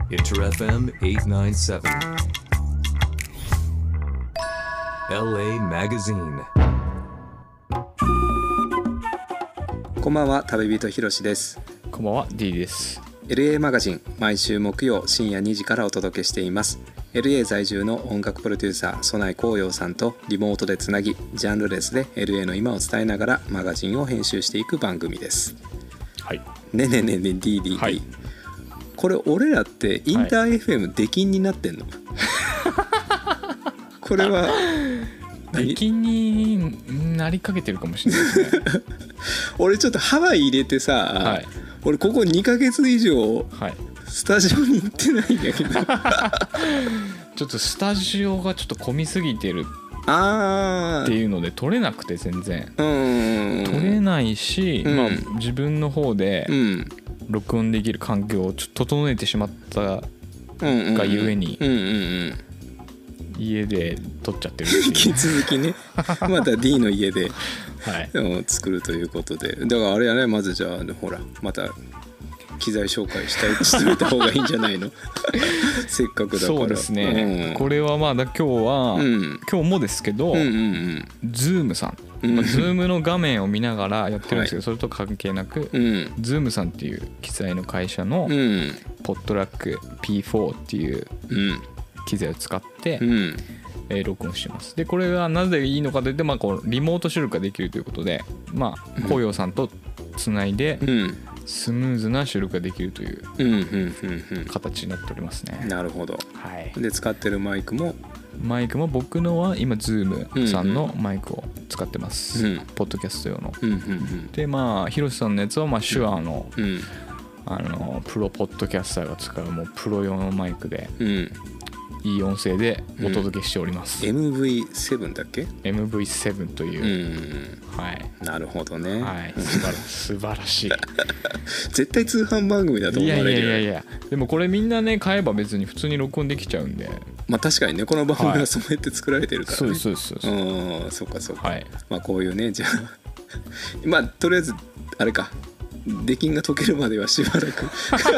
Inter FM 897 LA Magazine。 こんばんは、旅人ひろしです。 こんばんは、D です。 LA マガジン、毎週木曜深夜2時からお届けしています。 LA 在住の音楽プロデューサー曽内光陽さんとリモートでつなぎ、ジャンルレスで LA の今を伝えながらマガジンを編集していく番組です。 はい。 ねえねえねえねえ DD、はい、これ俺らってインター FM 出禁になってんの、これは出禁になりかけてるかもしれないですね。 俺ちょっとハワイ入れてさ、 はい、 俺ここ2ヶ月以上、 はい、 スタジオに行ってないんだけどちょっとスタジオがちょっと混みすぎてるっていうので撮れなくて全然撮れないし、まあ、自分の方で録音できる環境をちょっと整えてしまったがゆえに家で撮っちゃってるっていう。 引き続きねまた D の家で、 はい、 作るということで、だからあれやね、まずじゃあほらまた機材紹介しておいた方がいいんじゃないのせっかくだから。 そうですね、これはまあ今日は、今日もですけど、Zoom さん、Zoom の画面を見ながらやってるんですけど、それと関係なく、Zoom さんっていう機材の会社のポットラック P4 っていう機材を使って、録音してます。でこれがなぜいいのかといって、まあ、こうリモート収録ができるということで、まあ、紅葉さんとつないで、スムーズな収録ができるという形になっておりますね。 なるほど、 はい、 で使ってるマイクも僕のは今 Zoom さんのマイクを使ってます、ポッドキャスト用の、でまあひろしさんのやつはまあ手話の、プロポッドキャスターが使うもうプロ用のマイクで、いい音声でお届けしております、 MV7 だっけ？ MV7 という、はい、 なるほどね、 はい、素晴らしい絶対通販番組だと思われるよ。 いやでもこれみんなね買えば別に普通に録音できちゃうんで、 まあ確かにね、この番組はそうやって作られてるからね、 そうそっかそっか、 はい、 まあこういうね、じゃあまあとりあえずあれか、出禁が解けるまではしばらく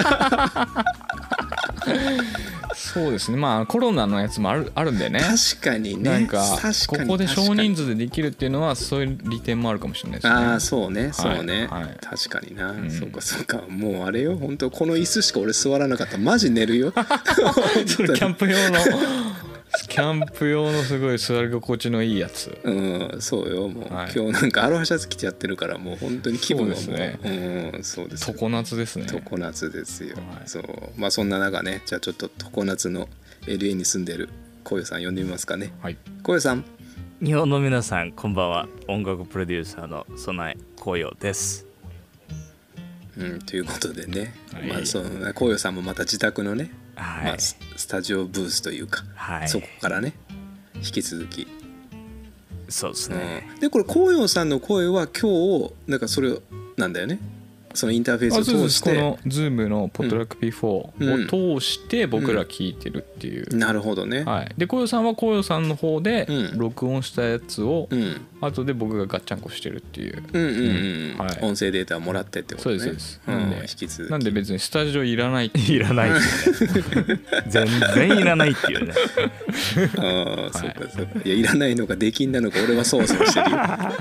そうですね、まあコロナのやつもあるんでね。 確かにね、 なんかここで少人数でできるっていうのはそういう利点もあるかもしれないですね。 ああそうね、そうね、 はい、 確かにな、そうかそうか、もうあれよ、本当この椅子しか俺座らなかったらマジ寝るよそれキャンプ用のすごい座り心地のいいやつ。 そうよ、もう、今日なんかアロハシャツ着てやってるから、もう本当に気分はもう、 そうですね、 そうですよ、 常夏ですね。 常夏ですよ、そう、まあそんな中ね、じゃあちょっと常夏の LA に住んでるこよさん呼んでみますかね。はい、こよさん。 日本の皆さんこんばんは、音楽プロデューサーの曽内光陽です。 ということでね、まあそのこよさんもまた自宅のね、まあ、スタジオブースというか、そこからね引き続き、 そうですね、 でこれこよさんの声は今日なんかそれなんだよね、そのインターフェースを通して、 この Zoom のポットラック P4 を通して僕ら聞いてるっていう、 なるほどね、 はい、でこよさんはこよさんの方で録音したやつを後で僕がガッチャンコしてるっていう、 音声データをもらってってことね。 そうです、 なんで別にスタジオいらないっていうね全然いらないっていうねそうかそうか、いやいらないのか出禁なのか俺はそわそわしてるよ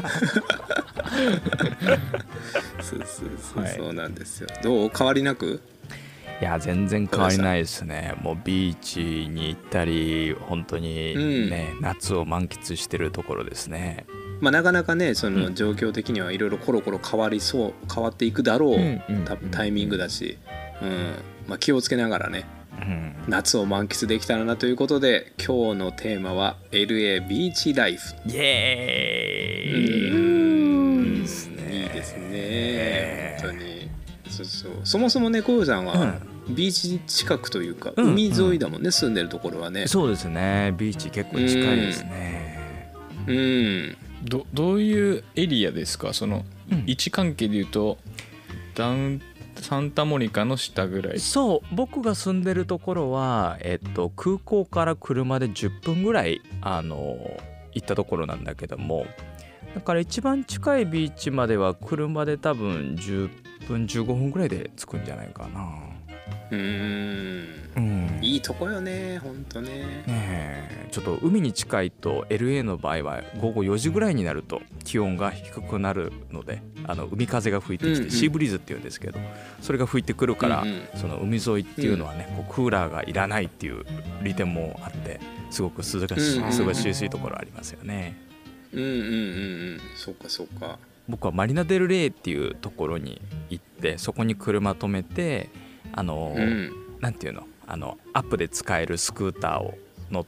そうなんですよ。どう？変わりなく？ いや全然変わりないですね。もうビーチに行ったり本当にね、夏を満喫してるところですね。 まあなかなかね、その状況的にはいろいろコロコロ変わっていくだろう、タイミングだし、まあ気をつけながらね、夏を満喫できたらなということで、今日のテーマは LA ビーチライフ。 イエーイ、いいですね。 いいですね、本当に。そもそもね、こよさんはビーチ近くというか、海沿いだもんね、住んでるところはね。 そうですね、ビーチ結構近いですね。 どういうエリアですか？その位置関係でいうとサンタモニカの下ぐらい。 そう、僕が住んでるところは、空港から車で10分ぐらい行ったところなんだけども、だから一番近いビーチまでは車で多分10分15分ぐらいで着くんじゃないかな。 いいとこよねほんとね。 ちょっと海に近いと LA の場合は午後4時ぐらいになると気温が低くなるので、海風が吹いてきてシーブリーズっていうんですけど、それが吹いてくるから、その海沿いっていうのはね、こうクーラーがいらないっていう利点もあって、すごく過ごしやすいところありますよね。 そうかそうか。 僕はマリナデルレイっていうところに行って、そこに車止めてなんていうの、アップで使えるスクーターを乗って、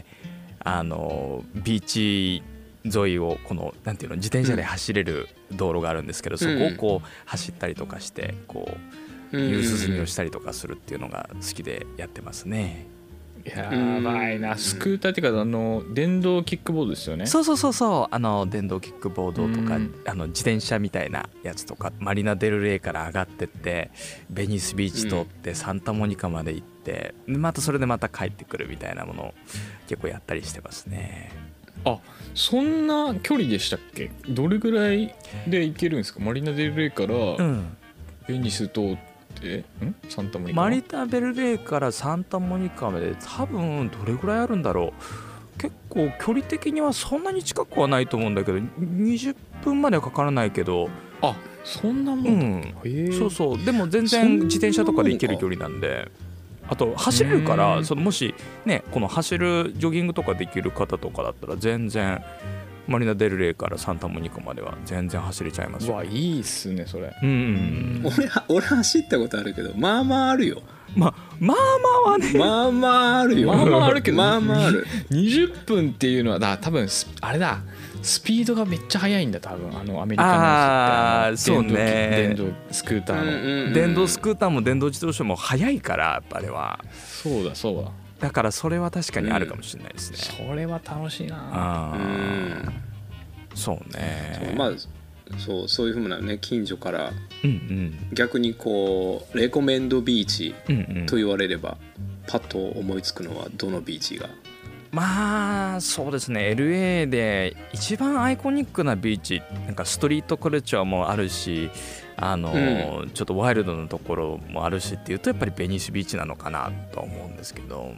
ビーチ沿いをこのなんていうの、自転車で走れる道路があるんですけど、そこをこう走ったりとかしてこう夕涼みをしたりとかするっていうのが好きでやってますね。 やばいな。スクーターっていうか電動キックボードですよね。 そう電動キックボードとか自転車みたいなやつとか、マリナデルレイから上がってってベニスビーチ通ってサンタモニカまで行って、またそれでまた帰ってくるみたいなものを結構やったりしてますね。 あ、そんな距離でしたっけ？どれぐらいで行けるんですか？マリナデルレイからベニス通ってサンタモニカ、 マリナデルレイからサンタモニカまで多分どれぐらいあるんだろう。結構距離的にはそんなに近くはないと思うんだけど、20分まではかからないけど。 あ、そんなもん。 そうでも全然自転車とかで行ける距離なんで、あと走れるから、もしねこの走るジョギングとかできる方とかだったら全然マリナデルレイからサンタモニカまでは全然走れちゃいますよ。 わ、いいっすねそれ。 俺走ったことあるけど、まあまああるよ。 まあはね、 まあまああるよ。 まあまああるけど、 まあまあある。 20分っていうのは多分あれだ、スピードがめっちゃ速いんだ多分。アメリカのやつって電動スクーターの、 電動スクーターも電動自動車も速いから、やっぱあれは。 そうだだからそれは確かにあるかもしれないですね。 それは楽しいな。 そうね。 まあそういうふうなね、近所から逆にこうレコメンドビーチと言われればパッと思いつくのはどのビーチが？ まあそうですね、 LA で一番アイコニックなビーチ、なんかストリートカルチャーもあるし、ちょっとワイルドなところもあるしっていうと、やっぱりベニスビーチなのかなと思うんですけど。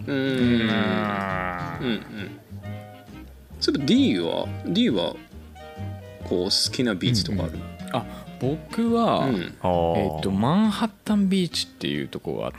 それ D はこう好きなビーチとかある？ あ、僕は、マンハッタンビーチっていうところがあって、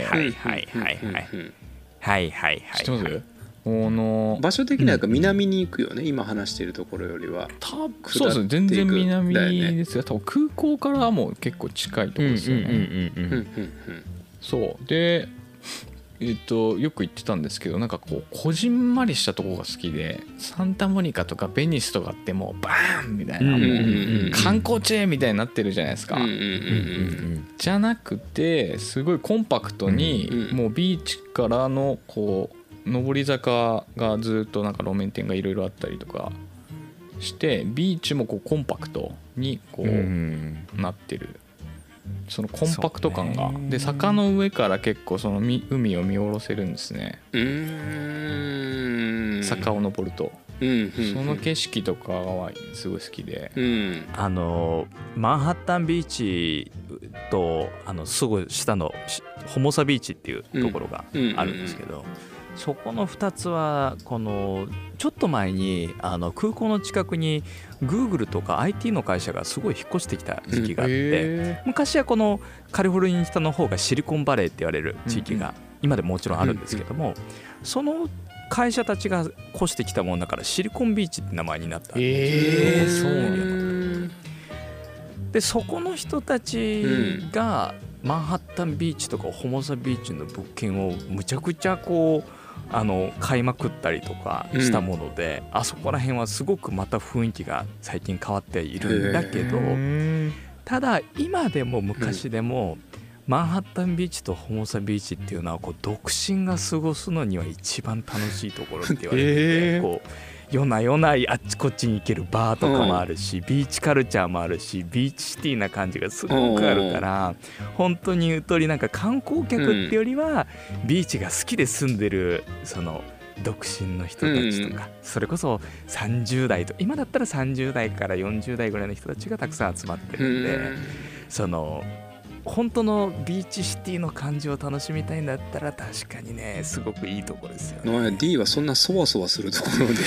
知ってます？ 場所的には南に行くよね、今話しているところよりは。 そうですね、全然南ですが、多分空港からも結構近いところですよね。そうで、よく行ってたんですけど、なんかこうこじんまりしたところが好きで、サンタモニカとかベニスとかってもうバーンみたいな、もう観光地みたいになってるじゃないですか。じゃなくて、すごいコンパクトに、もうビーチからのこう上り坂がずっとなんか路面店がいろいろあったりとかして、ビーチもこうコンパクトにこうなってる、そのコンパクト感が、で坂の上から結構その海を見下ろせるんですね。坂を登ると、その景色とかはすごい好きで、 マンハッタンビーチとすぐ下のホモサビーチっていうところがあるんですけど、そこの2つはこのちょっと前に空港の近くに Google とか IT の会社がすごい引っ越してきた時期があって、昔はこのカリフォルニア北の方がシリコンバレーって言われる地域が今でももちろんあるんですけども、その会社たちが越してきたもんだからシリコンビーチって名前になった。そうで、そこの人たちがマンハッタンビーチとかホモサビーチの物件をむちゃくちゃこう買いまくったりとかしたもので、あそこら辺はすごくまた雰囲気が最近変わっているんだけど、ただ今でも昔でも、マンハッタンビーチとホモサビーチっていうのはこう独身が過ごすのには一番楽しいところって言われてて、こう夜な夜なあっちこっちに行けるバーとかもあるし、ビーチカルチャーもあるし、ビーチシティな感じがすごくあるから、本当に言う通りなんか観光客ってよりはビーチが好きで住んでるその独身の人たちとか、それこそ30代と今だったら30代から40代ぐらいの人たちがたくさん集まってるんで、その本当のビーチシティの感じを楽しみたいんだったら確かにねすごくいいところですよね。 D はそんなそわそわするところで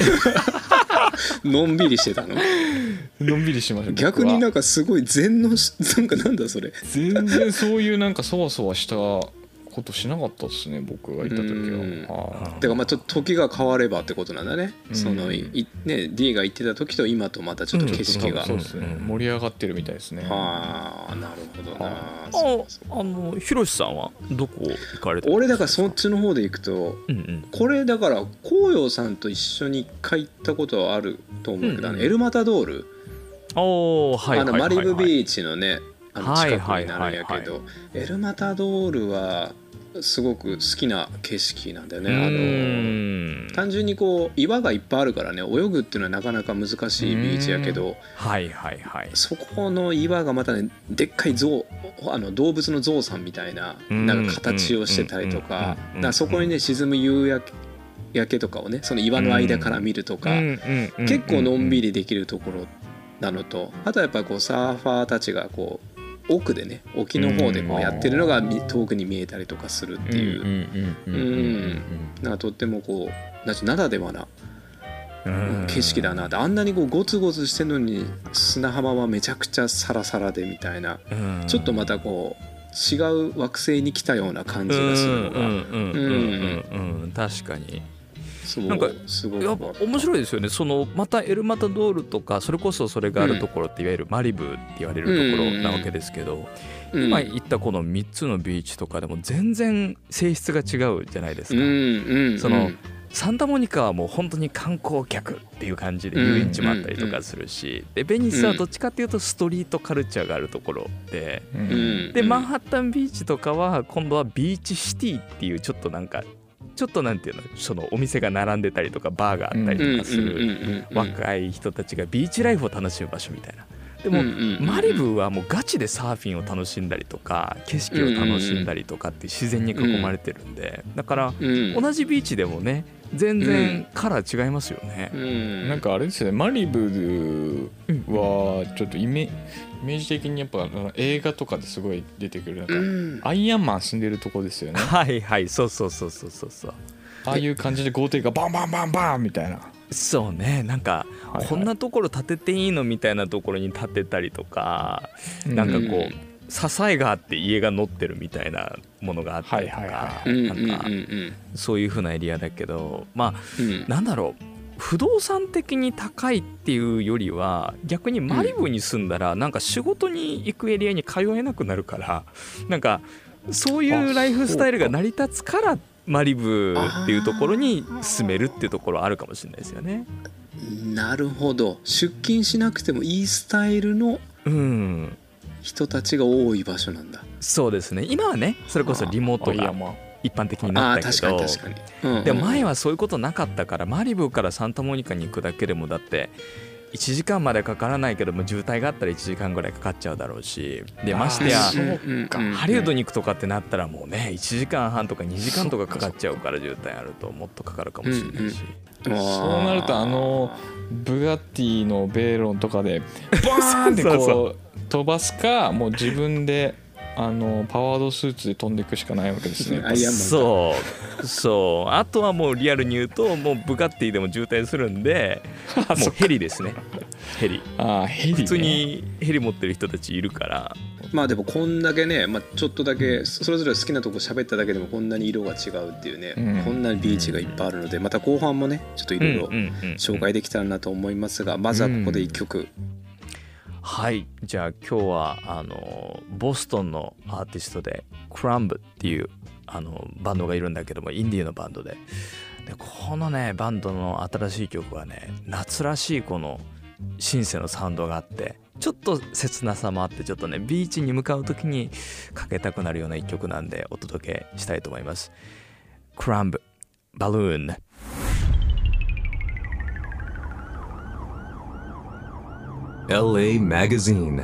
のんびりしてたの？ のんびりしました。 逆になんかすごい禅のなんかなんだそれ。 全然そういうなんかそわそわしたことしなかったですね、僕がいた時は。 だからまあちょっと時が変わればってことなんだね。そのね D が言ってた時と今とまたちょっと景色が、 そうですね、盛り上がってるみたいですね。 ああ、なるほどな。 ひろしさんはどこ行かれた？ 俺だからそっちの方で行くと、これだから紅葉さんと一緒に一回行ったことはあると思うけど、エルマタドール、マリブビーチのね近くになるんやけど、エルマタドールはすごく好きな景色なんだよね。単純にこう岩がいっぱいあるからね、泳ぐっていうのはなかなか難しいビーチやけど、そこの岩がまたねでっかい動物の象さんみたいななんか形をしてたりとか、そこにね沈む夕焼けとかをねその岩の間から見るとか、結構のんびりできるところなのと、あとはやっぱこうサーファーたちがこう奥でね沖の方でこうやってるのが遠くに見えたりとかするっていうなんかとってもこうならではな景色だなって。あんなにこうゴツゴツしてるのに砂浜はめちゃくちゃサラサラでみたいな、ちょっとまたこう違う惑星に来たような感じがするのが確かになんかやっぱ面白いですよね。そのまたエルマタドールとかそれこそそれがあるところっていわゆるマリブって言われるところなわけですけど、今言ったこの3つのビーチとかでも全然性質が違うじゃないですか。そのサンタモニカはもう本当に観光客っていう感じで遊園地もあったりとかするし、でベニスはどっちかっていうとストリートカルチャーがあるところで、でマンハッタンビーチとかは今度はビーチシティっていうちょっとなんていうの、そのお店が並んでたりとかバーがあったりとかする若い人たちがビーチライフを楽しむ場所みたいな。でもマリブはもうガチでサーフィンを楽しんだりとか景色を楽しんだりとかって自然に囲まれてるんで、だから同じビーチでもね全然カラー違いますよね。 なんかあれですよね、マリブはちょっとイメージ的にやっぱ映画とかですごい出てくるなんかアイアンマン住んでるとこですよね。 そうああいう感じで豪邸がバンバンバンバンみたいな。 そうね、なんかこんなところ建てていいのみたいなところに建てたりとか、なんかこう支えがあって家が乗ってるみたいなものがあったりとか、なんかそういう風なエリアだけど、まあなんだろう、不動産的に高いっていうよりは逆にマリブに住んだらなんか仕事に行くエリアに通えなくなるから、なんかそういうライフスタイルが成り立つからマリブっていうところに住めるっていうところあるかもしれないですよね。 なるほど、出勤しなくてもいいスタイルの人たちが多い場所なんだ。 そうですね、今はねそれこそリモートが一般的になったけど、でも前はそういうことなかったから、マリブからサンタモニカに行くだけでもだって1時間までかからないけども渋滞があったら1時間ぐらいかかっちゃうだろうし、でましてやハリウッドに行くとかってなったらもうね1時間半とか2時間とかかかっちゃうから、渋滞あるともっとかかるかもしれないし、 そうなるとブガッティのベーロンとかでバーンってこう飛ばすか、もう自分でパワードスーツで飛んでいくしかないわけですね。 そうあとはもうリアルに言うともうブガッティでも渋滞するんでもうヘリですね。ヘリ普通にヘリ持ってる人たちいるから。 まあでもこんだけね、ちょっとだけそれぞれ好きなとこ喋っただけでもこんなに色が違うっていうね、こんなにビーチがいっぱいあるので、また後半もねちょっといろいろ紹介できたらなと思いますが、まずはここで1曲。 はい、じゃあ今日はボストンのアーティストでクランブっていうバンドがいるんだけども、インディーのバンドでこのねバンドの新しい曲はね夏らしいこのシンセのサウンドがあってちょっと切なさもあって、ちょっとねビーチに向かう時にかけたくなるような一曲なんでお届けしたいと思います。クランブバルーン。 LA Magazine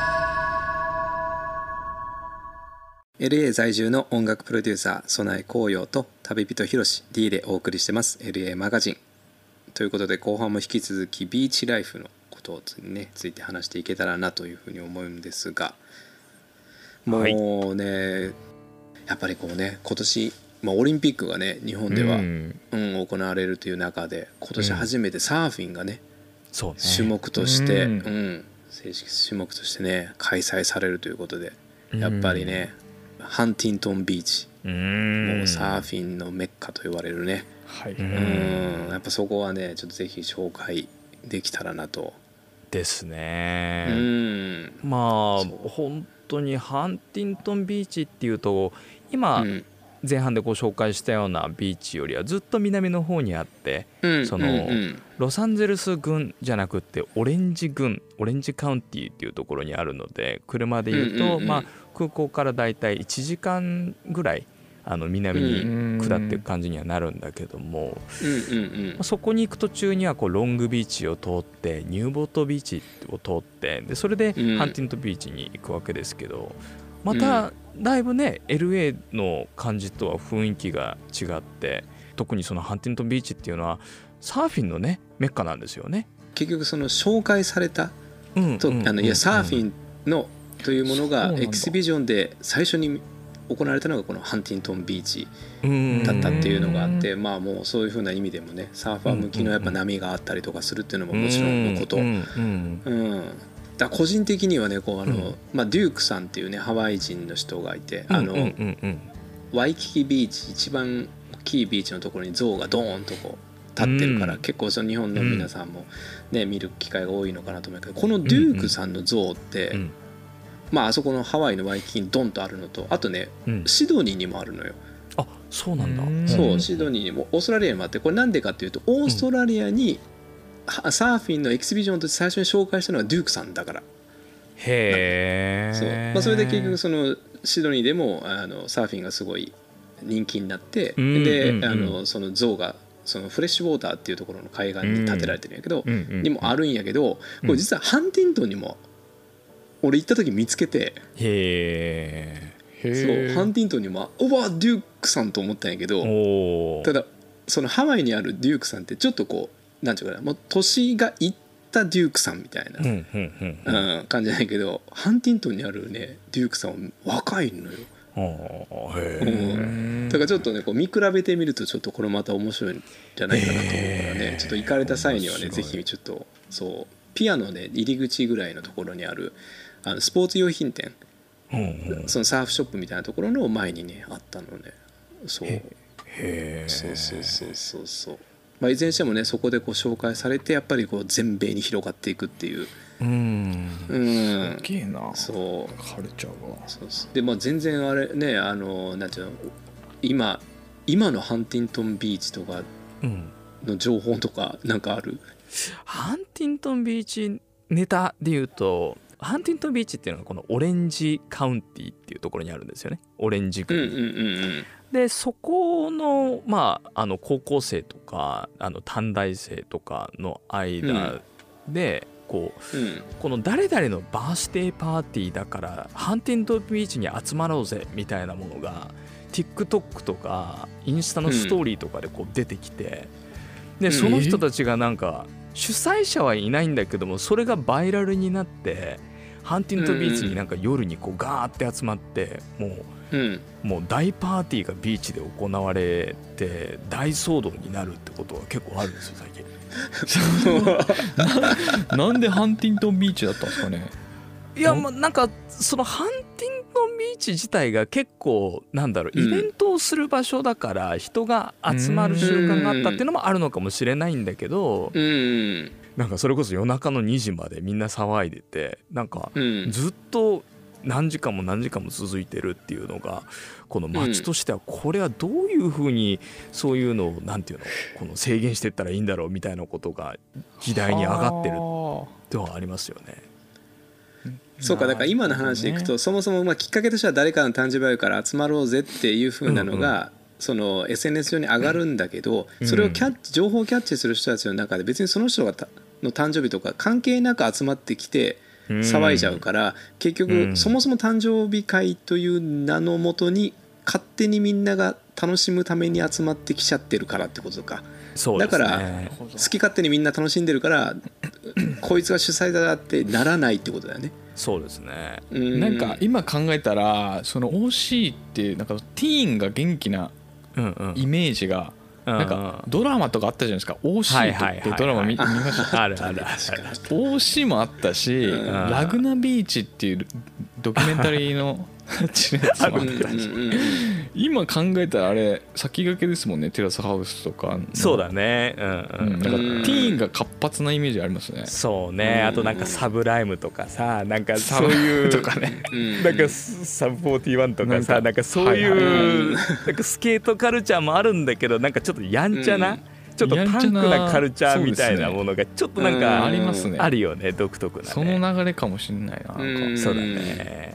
LA 在住の音楽プロデューサー曽内光陽と旅人ひろし D でお送りしてます LA マガジンということで、後半も引き続きビーチライフのことをついて話していけたらなというふうに思うんですが、 もうね、やっぱりこうね今年、オリンピックがね日本では、行われるという中で今年初めてサーフィンがね、種目として、正式種目としてね開催されるということで、やっぱりねハンティントンビーチ、もうサーフィンのメッカと言われるね、やっぱそこはねちょっとぜひ紹介できたらなと。 ですね。まあ本当にハンティントンビーチっていうと今、前半でご紹介したようなビーチよりはずっと南の方にあって、そのロサンゼルス郡じゃなくってオレンジ郡、オレンジカウンティっていうところにあるので、車で言うと、空港からだいたい1時間ぐらい南に下っていく感じにはなるんだけども、そこに行く途中にはこうロングビーチを通ってニューボートビーチを通って、でそれでハンティントンビーチに行くわけですけど、まただいぶね LA の感じとは雰囲気が違って、特にそのハンティントンビーチっていうのはサーフィンのねメッカなんですよね。 結局その紹介されたサーフィンのというものがエキシビジョンで最初に行われたのがこのハンティントンビーチだったっていうのがあって、もうそういう風な意味でもねサーファー向きのやっぱ波があったりとかするっていうのももちろんのこと、だ個人的にはねこうデュークさんっていうねハワイ人の人がいて、ワイキキビーチ一番大きいビーチのところに象がドーンとこう立ってるから、結構その日本の皆さんもね見る機会が多いのかなと思うけど、このデュークさんの象って、あそこのハワイのワイキキにドンとあるのと、あとね、シドニーにもあるのよ。 あ、そうなんだ。 そう、シドニーにもオーストラリアにもあって、これなんでかっていうとオーストラリアにサーフィンのエキシビジョンとして最初に紹介したのはデュークさんだから。 へえ。 そう、それで結局そのシドニーでもサーフィンがすごい人気になって、でその象がそのフレッシュウォーターっていうところの海岸に建てられてるんやけど、にもあるんやけど、これ実はハンティントンにも俺行った時見つけて、そうハンティントンにもデュークさんと思ったんやけど、ただそのハワイにあるデュークさんってちょっとこうなんていうかな、もう年がいったデュークさんみたいな感じなんやけど、ハンティントンにあるねデュークさんは若いのよ。だからちょっとねこう見比べてみるとちょっとこれまた面白いんじゃないかなと思うからね、ちょっと行かれた際にはねぜひちょっとそうピアノね入り口ぐらいのところにあるスポーツ用品店、そのサーフショップみたいなところの前にねあったのね。そうそう、いずれにしてもねそこでこう紹介されてやっぱりこう全米に広がっていくっていう。 すげえな。 そうカルチャーが。 そうで全然あれねなんていうの今のハンティントンビーチとかの情報とかなんかある？ ハンティントンビーチネタでいうと、ハンティントンビーチっていうのはこのオレンジカウンティっていうところにあるんですよね。オレンジ郡で、そこの高校生とか短大生とかの間で、この誰々のバースデーパーティーだからハンティントンビーチに集まろうぜみたいなものが TikTok とかインスタのストーリーとかでこう出てきて、でその人たちがなんか主催者はいないんだけども、それがバイラルになってハンティントンビーチになんか夜にこうガーって集まって、もう大パーティーがビーチで行われて大騒動になるってことは結構あるんですよ最近。 なんでハンティントンビーチだったんですかね。 いやなんかそのハンティントンビーチ自体が結構なんだろう、イベントをする場所だから人が集まる習慣があったっていうのもあるのかもしれないんだけど、なんかそれこそ夜中の2時までみんな騒いでて、なんかずっと何時間も何時間も続いてるっていうのが、この街としてはこれはどういうふうにそういうのをなんていうのこの制限していったらいいんだろうみたいなことが議題に上がってるではありますよね。 そうか、だから今の話でいくと、そもそもきっかけとしては誰かの誕生日から集まろうぜっていう風なのが、その SNS 上に上がるんだけど、それを情報をキャッチする人たちの中で別にその人の誕生日とか関係なく集まってきて騒いじゃうから、結局そもそも誕生日会という名のもとに勝手にみんなが楽しむために集まってきちゃってるからってことか。 そうですね、 だから好き勝手にみんな楽しんでるからこいつが主催だってならないってことだよね。 そうですね。 なんか今考えたらその OC ってなんかティーンが元気なイメージがなんかドラマとかあったじゃないですか。 OC ってドラマ見ました？ あるある。 OC もあったし、ラグナビーチっていうドキュメンタリーの今考えたらあれ先駆けですもんね。テラスハウスとか。 そうだね。 なんかティーンが活発なイメージありますね。 そうね。あとなんかサブライムとかさ、なんかそういうとかね、なんかサブ41とかさ、なんかそういうなんかスケートカルチャーもあるんだけど、なんかちょっとやんちゃな、ちょっとパンクなカルチャーみたいなものがちょっとなんかありますね。 あるよね、独特なね。 その流れかもしれないな。 そうだね。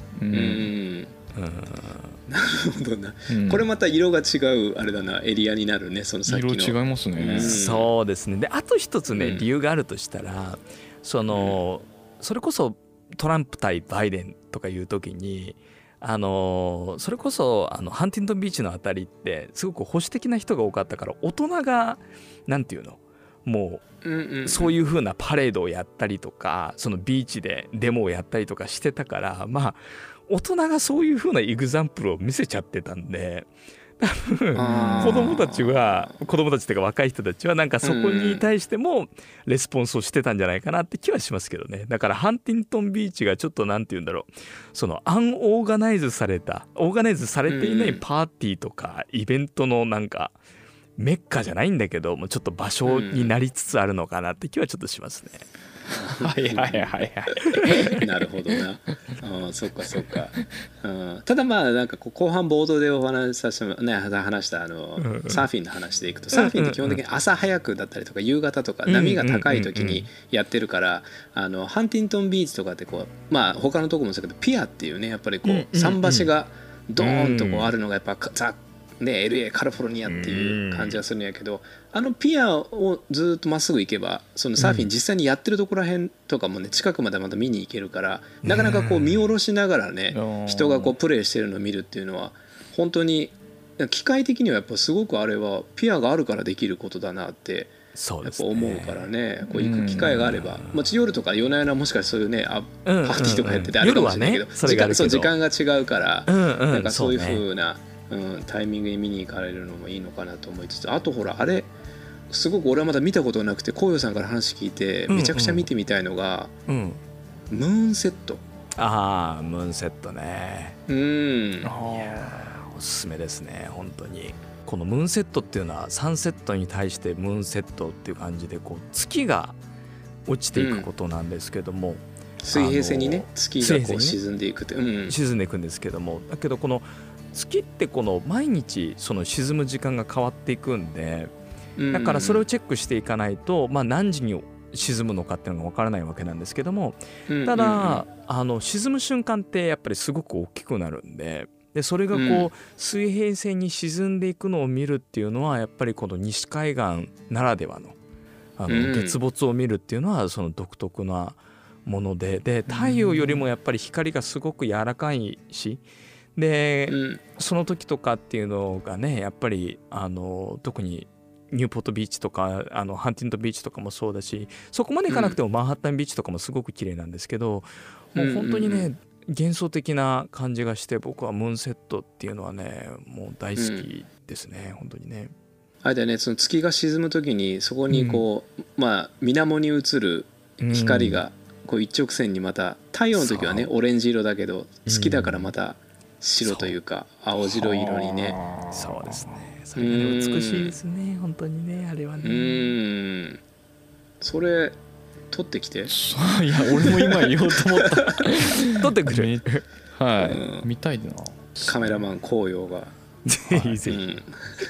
なるほどな。これまた色が違うあれだな、エリアになるね、そのさっきの。 色違いますね。 そうですね。であと一つね、理由があるとしたら、それこそトランプ対バイデンとかいう時にそれこそハンティントンビーチのあたりってすごく保守的な人が多かったから、大人がなんていうの、もうそういう風なパレードをやったりとか、そのビーチでデモをやったりとかしてたから、まあ大人がそういう風なエグザンプルを見せちゃってたんで、多分子供たちっていうか若い人たちはなんかそこに対してもレスポンスをしてたんじゃないかなって気はしますけどね。だからハンティントンビーチがちょっとなんていうんだろう、そのオーガナイズされていないパーティーとかイベントのなんかメッカじゃないんだけども、ちょっと場所になりつつあるのかなって気はちょっとしますね。 はいはいはいはいなるほどな。そっかそっか。ただまあなんか後半冒頭でお話しさせてね、話したサーフィンの話でいくと、サーフィンって基本的に朝早くだったりとか夕方とか波が高い時にやってるから、ハンティントンビーチとかってまあ他のとこもそうだけど、ピアっていうね、やっぱり桟橋がドーンとあるのがやっぱね、LA カリフォルニアっていう感じはするんやけど、ピアをずっとまっすぐ行けばそのサーフィン実際にやってるところらへんとかもね、近くまでまた見に行けるから、なかなか見下ろしながらね、人がプレーしてるのを見るっていうのは本当に機械的にはやっぱすごくあれはピアがあるからできることだなってやっぱ思うからね、行く機会があれば、夜とか夜な夜なもしかしてそういうねパーティーとかやっててあるかもしれないけど、時間が違うから、なんかそういう風なタイミングに見に行かれるのもいいのかなと思いつつ、あとほらあれすごく俺はまだ見たことなくて、こうよさんから話聞いてめちゃくちゃ見てみたいのが、ムーンセット。 ムーンセットね。いやおすすめですね本当に。このムーンセットっていうのはサンセットに対してムーンセットっていう感じで月が落ちていくことなんですけども、 水平線にね月が沈んでいくって、 沈んでいくんですけども、だけどこの月って毎日その沈む時間が変わっていくんで、だからそれをチェックしていかないと、何時に沈むのかっていうのが分からないわけなんですけども、ただ沈む瞬間ってやっぱりすごく大きくなるんで、それが水平線に沈んでいくのを見るっていうのはやっぱりこの西海岸ならではの月没を見るっていうのはその独特なもので、太陽よりもやっぱり光がすごく柔らかいし、その時とかっていうのがね、やっぱり特にニューポートビーチとかハンティントンビーチとかもそうだし、そこまで行かなくてもマンハッタンビーチとかもすごく綺麗なんですけど、もう本当にね幻想的な感じがして、僕はムーンセットっていうのはねもう大好きですね、本当にね。 あれだよね、その月が沈む時にそこに水面に映る光が一直線にまた、太陽の時はねオレンジ色だけど月だからまた白というか青白色にね。 そうですね、それが美しいですね本当にね、あれはね。 それ撮ってきて。 いや俺も今言おうと思った撮ってくれ。 はい、見たいな。 カメラマン紅葉がぜひぜひ、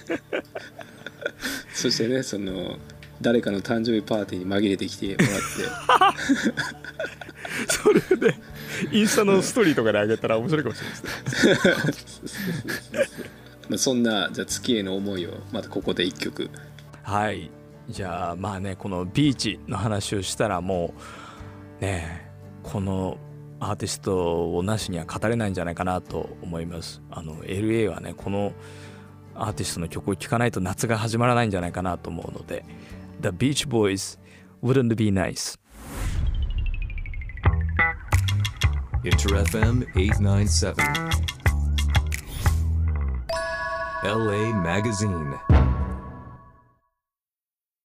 そしてね、その誰かの誕生日パーティーに紛れてきてもらってそれでインスタのストーリーとかで上げたら面白いかもしれないですね。そんなじゃあ月への思いをまたここで一曲。 はい、じゃあこのビーチの話をしたらもうね、このアーティストをなしには語れないんじゃないかなと思います。LA はね、このアーティストの曲を聴かないと夏が始まらないんじゃないかなと思うので、The Beach Boys Wouldn't Be Nice。 Inter FM 897 LA Magazine